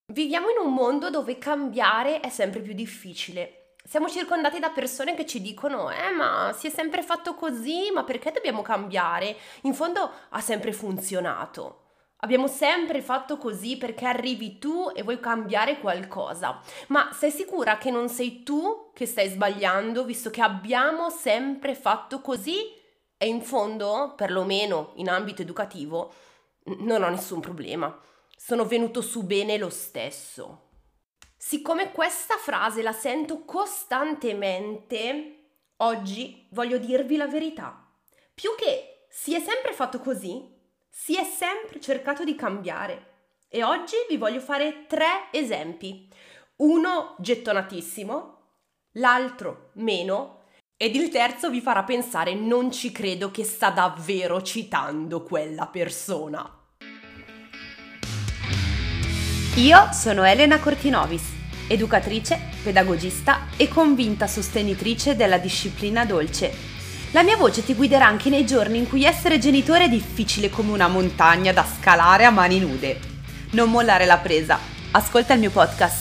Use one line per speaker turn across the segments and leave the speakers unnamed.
Viviamo in un mondo dove cambiare è sempre più difficile. Siamo circondati da persone che ci dicono: ma si è sempre fatto così, ma perché dobbiamo cambiare? In fondo ha sempre funzionato. Abbiamo sempre fatto così perché arrivi tu e vuoi cambiare qualcosa. Ma sei sicura che non sei tu che stai sbagliando, visto che abbiamo sempre fatto così? E in fondo, perlomeno in ambito educativo, non ho nessun problema. Sono venuto su bene lo stesso. Siccome questa frase la sento costantemente, oggi voglio dirvi la verità. Più che si è sempre fatto così, si è sempre cercato di cambiare. E oggi vi voglio fare 3 esempi. Uno gettonatissimo, l'altro meno, ed il terzo vi farà pensare: non ci credo che sta davvero citando quella persona.
Io sono Elena Cortinovis, educatrice, pedagogista e convinta sostenitrice della disciplina dolce. La mia voce ti guiderà anche nei giorni in cui essere genitore è difficile come una montagna da scalare a mani nude. Non mollare la presa. Ascolta il mio podcast.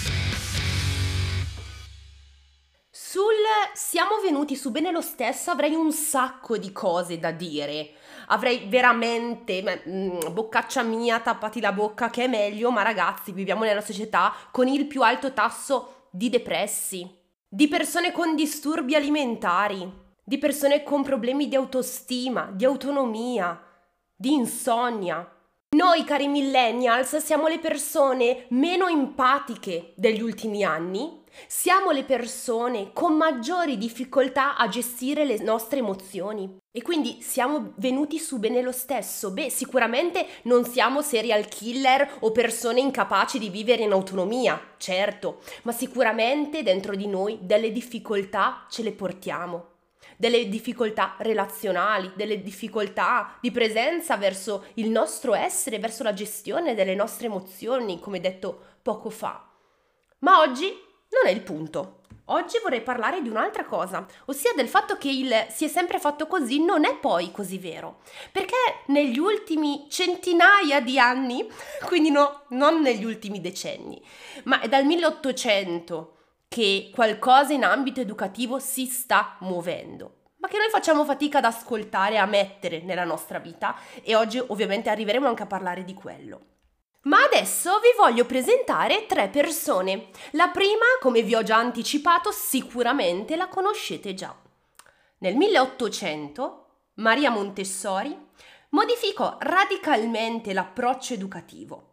Siamo venuti su bene lo stesso, avrei un sacco di cose da dire. Avrei veramente, boccaccia mia, tappati la bocca che è meglio, ma ragazzi, viviamo nella società con il più alto tasso di depressi, di persone con disturbi alimentari, di persone con problemi di autostima, di autonomia, di insonnia. Noi, cari millennials, siamo le persone meno empatiche degli ultimi anni, siamo le persone con maggiori difficoltà a gestire le nostre emozioni e quindi siamo venuti su bene lo stesso. Sicuramente non siamo serial killer o persone incapaci di vivere in autonomia, certo, ma sicuramente dentro di noi delle difficoltà ce le portiamo. Delle difficoltà relazionali, delle difficoltà di presenza verso il nostro essere, verso la gestione delle nostre emozioni, come detto poco fa. Ma oggi non è il punto. Oggi vorrei parlare di un'altra cosa, ossia del fatto che il si è sempre fatto così non è poi così vero. Perché negli ultimi centinaia di anni, quindi non negli ultimi decenni, ma è dal 1800 che qualcosa in ambito educativo si sta muovendo, ma che noi facciamo fatica ad ascoltare e a mettere nella nostra vita, e oggi ovviamente arriveremo anche a parlare di quello. Ma adesso vi voglio presentare 3 persone. La prima, come vi ho già anticipato, sicuramente la conoscete già. Nel 1800 Maria Montessori modificò radicalmente l'approccio educativo.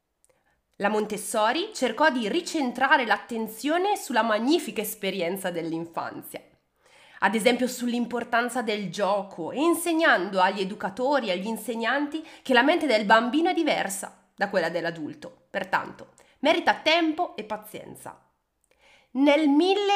La Montessori cercò di ricentrare l'attenzione sulla magnifica esperienza dell'infanzia, ad esempio sull'importanza del gioco, e insegnando agli educatori e agli insegnanti che la mente del bambino è diversa da quella dell'adulto, pertanto merita tempo e pazienza. Nel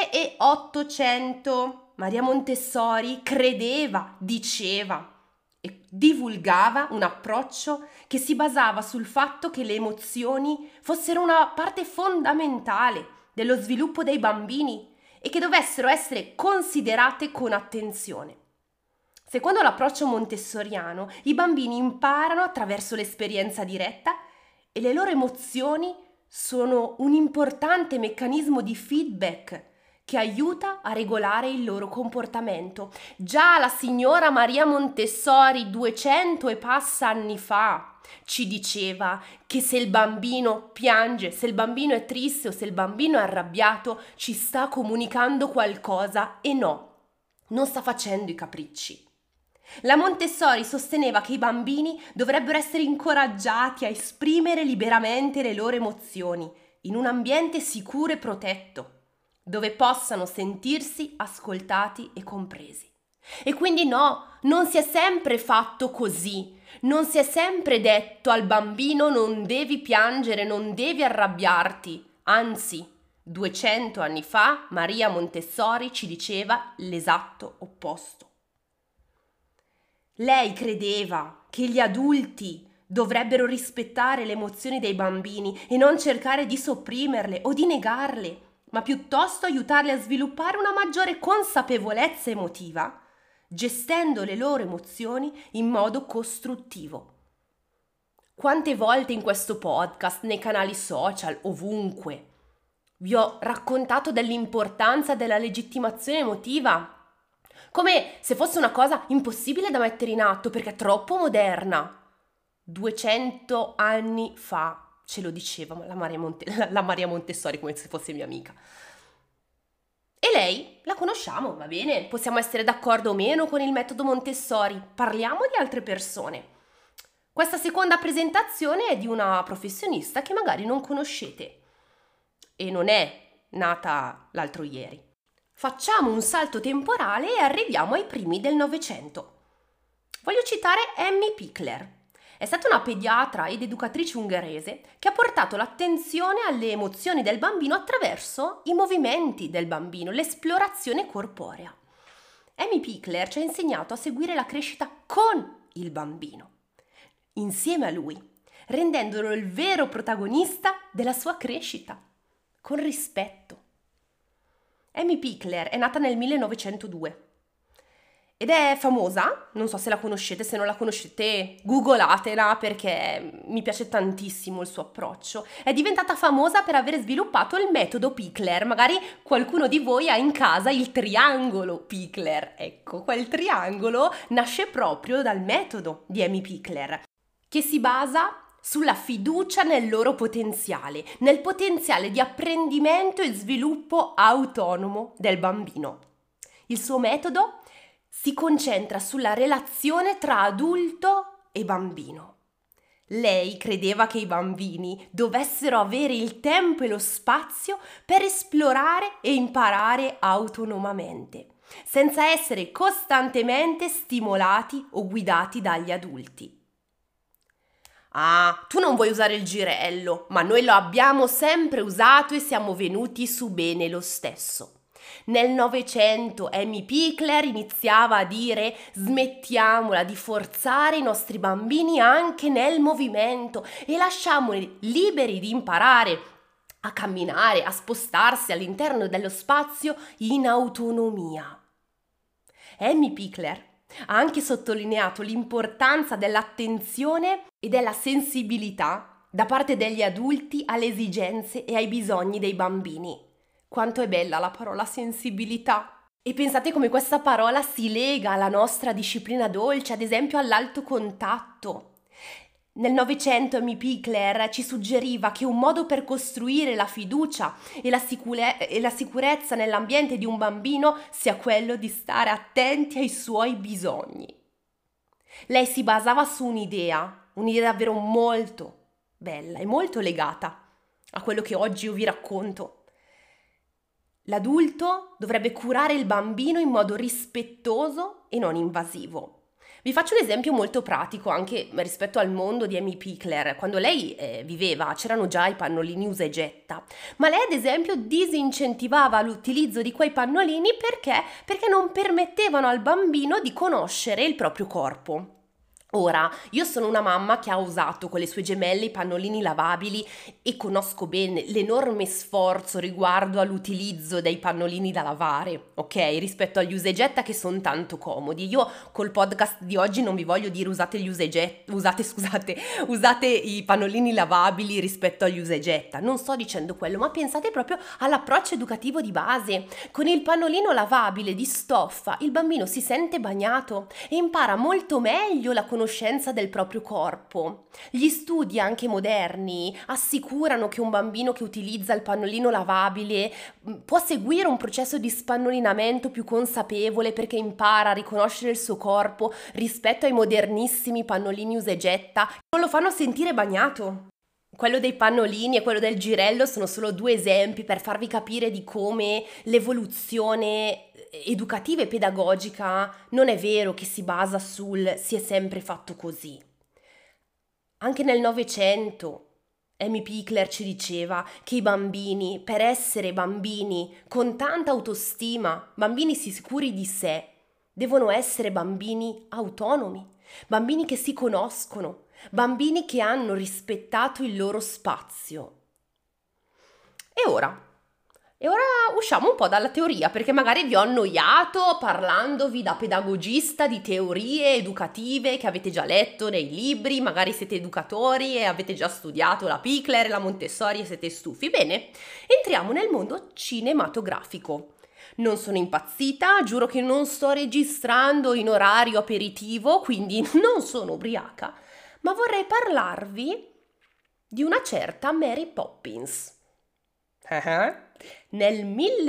1800 Maria Montessori credeva, diceva e divulgava un approccio che si basava sul fatto che le emozioni fossero una parte fondamentale dello sviluppo dei bambini e che dovessero essere considerate con attenzione. Secondo l'approccio montessoriano, i bambini imparano attraverso l'esperienza diretta e le loro emozioni sono un importante meccanismo di feedback che aiuta a regolare il loro comportamento. Già la signora Maria Montessori 200 e passa anni fa ci diceva che se il bambino piange, se il bambino è triste o se il bambino è arrabbiato, ci sta comunicando qualcosa e non sta facendo i capricci. La Montessori sosteneva che i bambini dovrebbero essere incoraggiati a esprimere liberamente le loro emozioni in un ambiente sicuro e protetto, dove possano sentirsi ascoltati e compresi. E quindi non si è sempre fatto così, non si è sempre detto al bambino non devi piangere, non devi arrabbiarti, anzi, 200 anni fa Maria Montessori ci diceva l'esatto opposto. Lei credeva che gli adulti dovrebbero rispettare le emozioni dei bambini e non cercare di sopprimerle o di negarle, ma piuttosto aiutarli a sviluppare una maggiore consapevolezza emotiva, gestendo le loro emozioni in modo costruttivo. Quante volte in questo podcast, nei canali social, ovunque, vi ho raccontato dell'importanza della legittimazione emotiva, come se fosse una cosa impossibile da mettere in atto perché è troppo moderna. 200 anni fa ce lo diceva la Maria Montessori, come se fosse mia amica. E lei la conosciamo, va bene, possiamo essere d'accordo o meno con il metodo Montessori, parliamo di altre persone. Questa seconda presentazione è di una professionista che magari non conoscete e non è nata l'altro ieri. Facciamo un salto temporale e arriviamo ai primi del Novecento. Voglio citare Emmy Pickler. È stata una pediatra ed educatrice ungherese che ha portato l'attenzione alle emozioni del bambino attraverso i movimenti del bambino, l'esplorazione corporea. Emmy Pickler ci ha insegnato a seguire la crescita con il bambino, insieme a lui, rendendolo il vero protagonista della sua crescita, con rispetto. Emmy Pickler è nata nel 1902 ed è famosa, non so se la conoscete, se non la conoscete googlatela perché mi piace tantissimo il suo approccio. È diventata famosa per aver sviluppato il metodo Pickler, magari qualcuno di voi ha in casa il triangolo Pickler, ecco, quel triangolo nasce proprio dal metodo di Emmy Pickler, che si basa sulla fiducia nel loro potenziale, nel potenziale di apprendimento e sviluppo autonomo del bambino. Il suo metodo si concentra sulla relazione tra adulto e bambino. Lei credeva che i bambini dovessero avere il tempo e lo spazio per esplorare e imparare autonomamente, senza essere costantemente stimolati o guidati dagli adulti. Ah, tu non vuoi usare il girello, ma noi lo abbiamo sempre usato e siamo venuti su bene lo stesso. Nel Novecento Emmy Pickler iniziava a dire: smettiamola di forzare i nostri bambini anche nel movimento e lasciamoli liberi di imparare a camminare, a spostarsi all'interno dello spazio in autonomia. Emmy Pickler ha anche sottolineato l'importanza dell'attenzione e della sensibilità da parte degli adulti alle esigenze e ai bisogni dei bambini. Quanto è bella la parola sensibilità! E pensate come questa parola si lega alla nostra disciplina dolce, ad esempio all'alto contatto. Nel Novecento Emmy Pickler ci suggeriva che un modo per costruire la fiducia e la sicurezza nell'ambiente di un bambino sia quello di stare attenti ai suoi bisogni. Lei si basava su un'idea davvero molto bella e molto legata a quello che oggi io vi racconto. L'adulto dovrebbe curare il bambino in modo rispettoso e non invasivo. Vi faccio un esempio molto pratico anche rispetto al mondo di Emmy Pickler. Quando lei viveva c'erano già i pannolini usa e getta, ma lei ad esempio disincentivava l'utilizzo di quei pannolini perché non permettevano al bambino di conoscere il proprio corpo. Ora, io sono una mamma che ha usato con le sue gemelle i pannolini lavabili e conosco bene l'enorme sforzo riguardo all'utilizzo dei pannolini da lavare, ok? Rispetto agli usa e getta che sono tanto comodi. Io col podcast di oggi non vi voglio dire usate i pannolini lavabili rispetto agli usa e getta. Non sto dicendo quello, ma pensate proprio all'approccio educativo di base. Con il pannolino lavabile di stoffa il bambino si sente bagnato e impara molto meglio la conoscenza del proprio corpo. Gli studi anche moderni assicurano che un bambino che utilizza il pannolino lavabile può seguire un processo di spannolinamento più consapevole perché impara a riconoscere il suo corpo rispetto ai modernissimi pannolini usa e getta che non lo fanno sentire bagnato. Quello dei pannolini e quello del girello sono solo due esempi per farvi capire di come l'evoluzione educativa e pedagogica non è vero che si basa sul si è sempre fatto così. Anche nel Novecento Emmy Pickler ci diceva che i bambini, per essere bambini con tanta autostima, bambini sicuri di sé, devono essere bambini autonomi, bambini che si conoscono, bambini che hanno rispettato il loro spazio. E ora, E ora usciamo un po' dalla teoria, perché magari vi ho annoiato parlandovi da pedagogista di teorie educative che avete già letto nei libri, magari siete educatori e avete già studiato la Pickler e la Montessori e siete stufi. Bene, entriamo nel mondo cinematografico. Non sono impazzita, giuro che non sto registrando in orario aperitivo, quindi non sono ubriaca, ma vorrei parlarvi di una certa Mary Poppins. Nel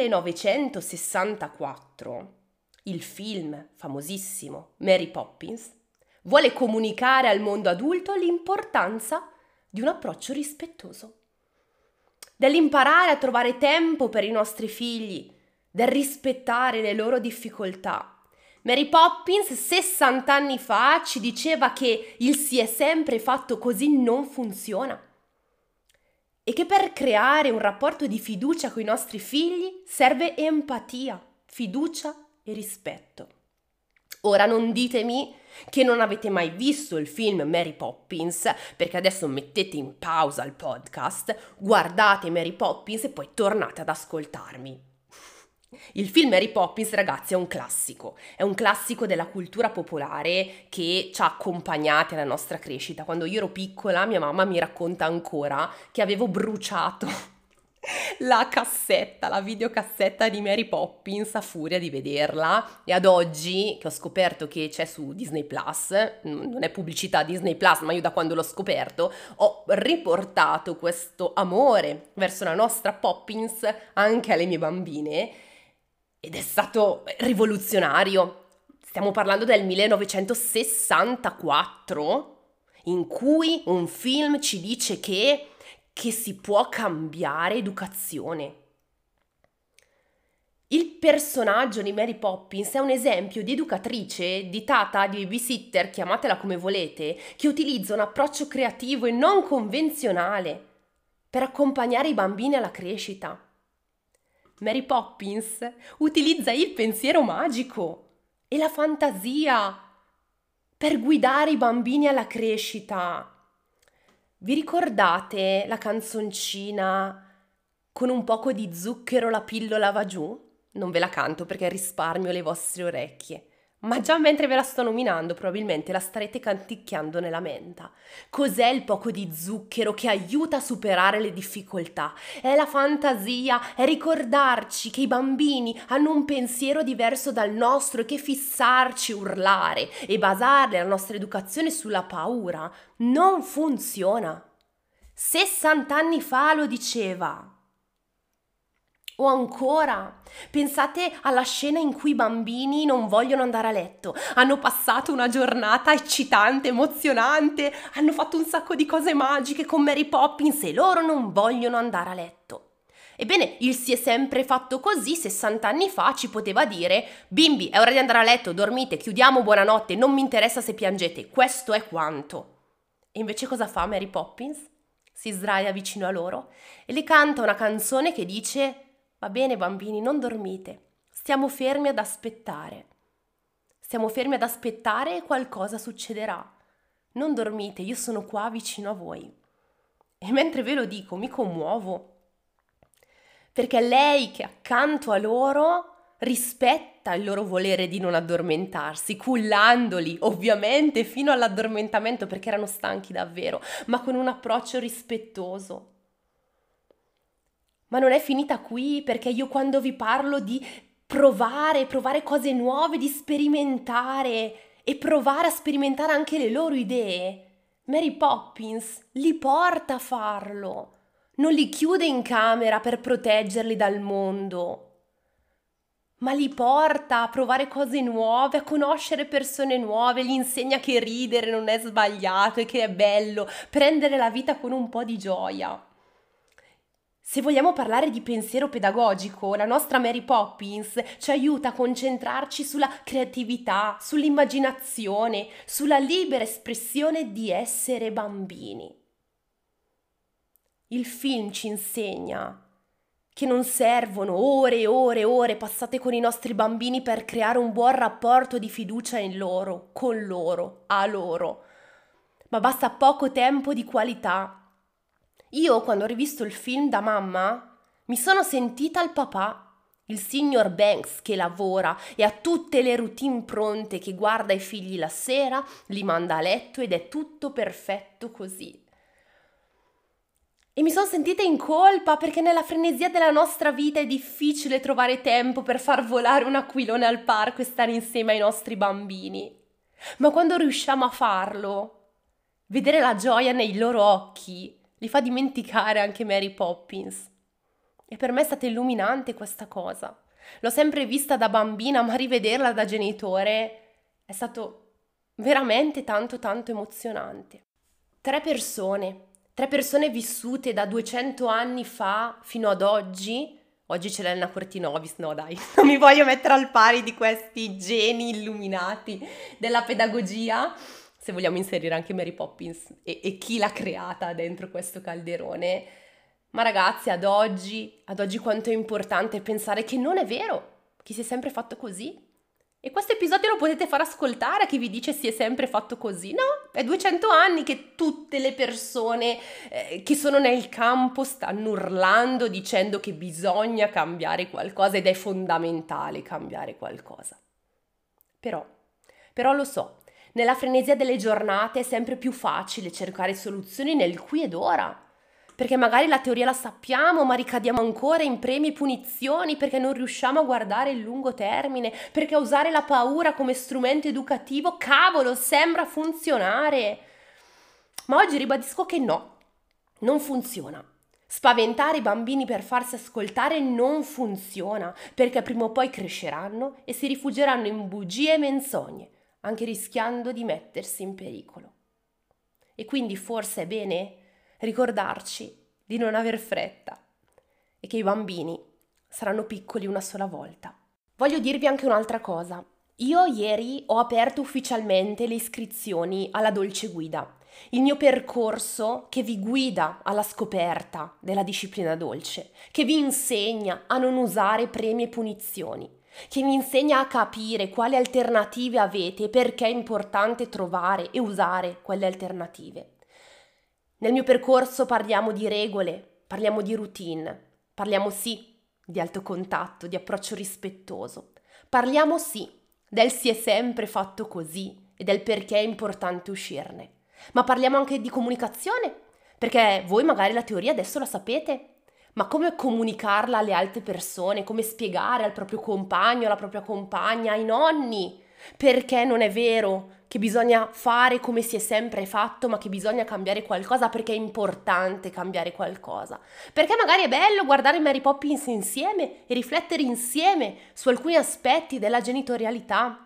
1964 il film famosissimo Mary Poppins vuole comunicare al mondo adulto l'importanza di un approccio rispettoso, dell'imparare a trovare tempo per i nostri figli, del rispettare le loro difficoltà. Mary Poppins 60 anni fa ci diceva che il si è sempre fatto così non funziona e che per creare un rapporto di fiducia con i nostri figli serve empatia, fiducia e rispetto. Ora non ditemi che non avete mai visto il film Mary Poppins, perché adesso mettete in pausa il podcast, guardate Mary Poppins e poi tornate ad ascoltarmi. Il film Mary Poppins, ragazzi, è un classico della cultura popolare che ci ha accompagnati alla nostra crescita. Quando io ero piccola, mia mamma mi racconta ancora che avevo bruciato la videocassetta di Mary Poppins a furia di vederla, e ad oggi che ho scoperto che c'è su Disney Plus, non è pubblicità Disney Plus, ma io da quando l'ho scoperto ho riportato questo amore verso la nostra Poppins anche alle mie bambine. Ed è stato rivoluzionario. Stiamo parlando del 1964, in cui un film ci dice che si può cambiare educazione. Il personaggio di Mary Poppins è un esempio di educatrice, di tata, di babysitter, chiamatela come volete, che utilizza un approccio creativo e non convenzionale per accompagnare i bambini alla crescita. Mary Poppins utilizza il pensiero magico e la fantasia per guidare i bambini alla crescita. Vi ricordate la canzoncina "Con un poco di zucchero la pillola va giù"? Non ve la canto perché risparmio le vostre orecchie, ma già mentre ve la sto nominando probabilmente la starete canticchiando nella menta. Cos'è il poco di zucchero che aiuta a superare le difficoltà? È la fantasia, è ricordarci che i bambini hanno un pensiero diverso dal nostro e che fissarci, urlare e basare la nostra educazione sulla paura non funziona. 60 anni fa lo diceva. O ancora, pensate alla scena in cui i bambini non vogliono andare a letto, hanno passato una giornata eccitante, emozionante, hanno fatto un sacco di cose magiche con Mary Poppins e loro non vogliono andare a letto. Ebbene, il si è sempre fatto così 60 anni fa ci poteva dire: bimbi, è ora di andare a letto, dormite, chiudiamo, buonanotte, non mi interessa se piangete, questo è quanto. E invece cosa fa Mary Poppins? Si sdraia vicino a loro e le canta una canzone che dice: va bene bambini, non dormite, stiamo fermi ad aspettare. Stiamo fermi ad aspettare e qualcosa succederà. Non dormite, io sono qua vicino a voi. E mentre ve lo dico mi commuovo, perché è lei che accanto a loro rispetta il loro volere di non addormentarsi, cullandoli ovviamente fino all'addormentamento perché erano stanchi davvero, ma con un approccio rispettoso. Ma non è finita qui, perché io quando vi parlo di provare cose nuove, di sperimentare e provare a sperimentare anche le loro idee, Mary Poppins li porta a farlo, non li chiude in camera per proteggerli dal mondo, ma li porta a provare cose nuove, a conoscere persone nuove, gli insegna che ridere non è sbagliato e che è bello, prendere la vita con un po' di gioia. Se vogliamo parlare di pensiero pedagogico, la nostra Mary Poppins ci aiuta a concentrarci sulla creatività, sull'immaginazione, sulla libera espressione di essere bambini. Il film ci insegna che non servono ore e ore e ore passate con i nostri bambini per creare un buon rapporto di fiducia in loro, con loro, a loro, ma basta poco tempo di qualità. Io, quando ho rivisto il film da mamma, Mi sono sentita il papà, il signor Banks che lavora e ha tutte le routine pronte, che guarda i figli la sera, li manda a letto ed è tutto perfetto così. E mi sono sentita in colpa perché nella frenesia della nostra vita è difficile trovare tempo per far volare un aquilone al parco e stare insieme ai nostri bambini. Ma quando riusciamo a farlo, vedere la gioia nei loro occhi li fa dimenticare anche Mary Poppins. E per me è stata illuminante questa cosa. L'ho sempre vista da bambina, ma rivederla da genitore è stato veramente tanto tanto emozionante. Tre persone vissute da 200 anni fa fino ad oggi. Oggi c'è Elena Cortinovis, no dai, non mi voglio mettere al pari di questi geni illuminati della pedagogia, se vogliamo inserire anche Mary Poppins e chi l'ha creata dentro questo calderone. Ma ragazzi, ad oggi quanto è importante pensare che non è vero, che si è sempre fatto così. E questo episodio lo potete far ascoltare a chi vi dice si è sempre fatto così. No, è 200 anni che tutte le persone che sono nel campo stanno urlando dicendo che bisogna cambiare qualcosa ed è fondamentale cambiare qualcosa. Però lo so, nella frenesia delle giornate è sempre più facile cercare soluzioni nel qui ed ora. Perché magari la teoria la sappiamo, ma ricadiamo ancora in premi e punizioni perché non riusciamo a guardare il lungo termine, perché usare la paura come strumento educativo, cavolo, sembra funzionare. Ma oggi ribadisco che no, non funziona. Spaventare i bambini per farsi ascoltare non funziona, perché prima o poi cresceranno e si rifugieranno in bugie e menzogne, anche rischiando di mettersi in pericolo. E quindi forse è bene ricordarci di non aver fretta e che i bambini saranno piccoli una sola volta. Voglio dirvi anche un'altra cosa. Io ieri ho aperto ufficialmente le iscrizioni alla Dolce Guida, il mio percorso che vi guida alla scoperta della disciplina dolce, che vi insegna a non usare premi e punizioni, che vi insegna a capire quali alternative avete e perché è importante trovare e usare quelle alternative. Nel mio percorso parliamo di regole, parliamo di routine, parliamo sì di alto contatto, di approccio rispettoso, parliamo sì del si è sempre fatto così e del perché è importante uscirne, ma parliamo anche di comunicazione, perché voi magari la teoria adesso la sapete, ma come comunicarla alle altre persone, come spiegare al proprio compagno, alla propria compagna, ai nonni, perché non è vero che bisogna fare come si è sempre fatto, ma che bisogna cambiare qualcosa perché è importante cambiare qualcosa. Perché magari è bello guardare Mary Poppins insieme e riflettere insieme su alcuni aspetti della genitorialità.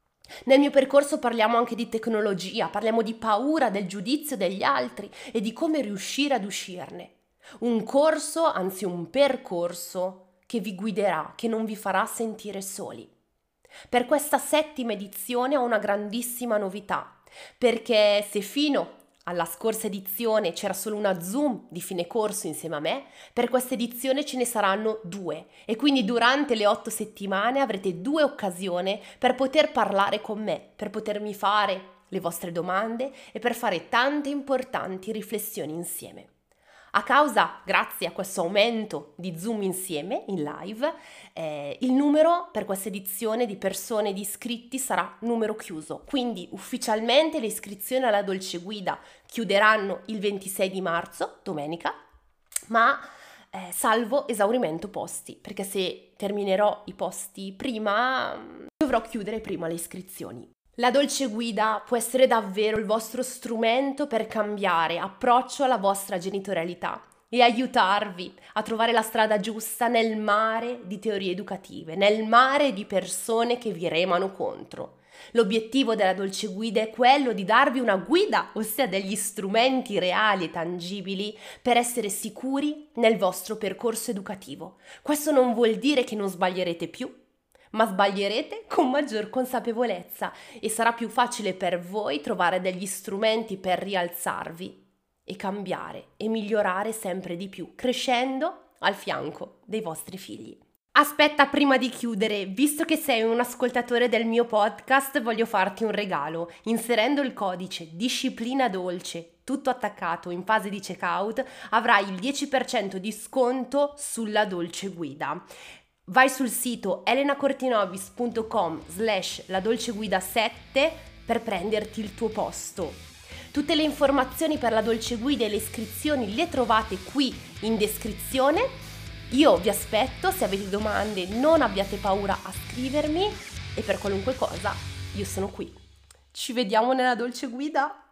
Nel mio percorso parliamo anche di tecnologia, parliamo di paura, del giudizio degli altri e di come riuscire ad uscirne. Un corso, anzi un percorso che vi guiderà, che non vi farà sentire soli. Per questa 7ª edizione ho una grandissima novità, perché se fino alla scorsa edizione c'era solo una Zoom di fine corso insieme a me, per questa edizione ce ne saranno 2 e quindi durante le 8 settimane avrete 2 occasioni per poter parlare con me, per potermi fare le vostre domande e per fare tante importanti riflessioni insieme. A causa, grazie a questo aumento di Zoom insieme, in live, il numero per questa edizione di persone, di iscritti, sarà numero chiuso. Quindi ufficialmente le iscrizioni alla Dolce Guida chiuderanno il 26 di marzo, domenica, ma salvo esaurimento posti, perché se terminerò i posti prima, dovrò chiudere prima le iscrizioni. La Dolce Guida può essere davvero il vostro strumento per cambiare approccio alla vostra genitorialità e aiutarvi a trovare la strada giusta nel mare di teorie educative, nel mare di persone che vi remano contro. L'obiettivo della Dolce Guida è quello di darvi una guida, ossia degli strumenti reali e tangibili per essere sicuri nel vostro percorso educativo. Questo non vuol dire che non sbaglierete più, ma sbaglierete con maggior consapevolezza e sarà più facile per voi trovare degli strumenti per rialzarvi e cambiare e migliorare sempre di più, crescendo al fianco dei vostri figli. Aspetta, prima di chiudere, visto che sei un ascoltatore del mio podcast, voglio farti un regalo, inserendo il codice Disciplina Dolce tutto attaccato in fase di checkout, avrai il 10% di sconto sulla dolce guida. Vai sul sito elenacortinovis.com/ladolceguida7 per prenderti il tuo posto. Tutte le informazioni per la dolce guida e le iscrizioni le trovate qui in descrizione. Io vi aspetto, se avete domande non abbiate paura a scrivermi e per qualunque cosa io sono qui. Ci vediamo nella dolce guida!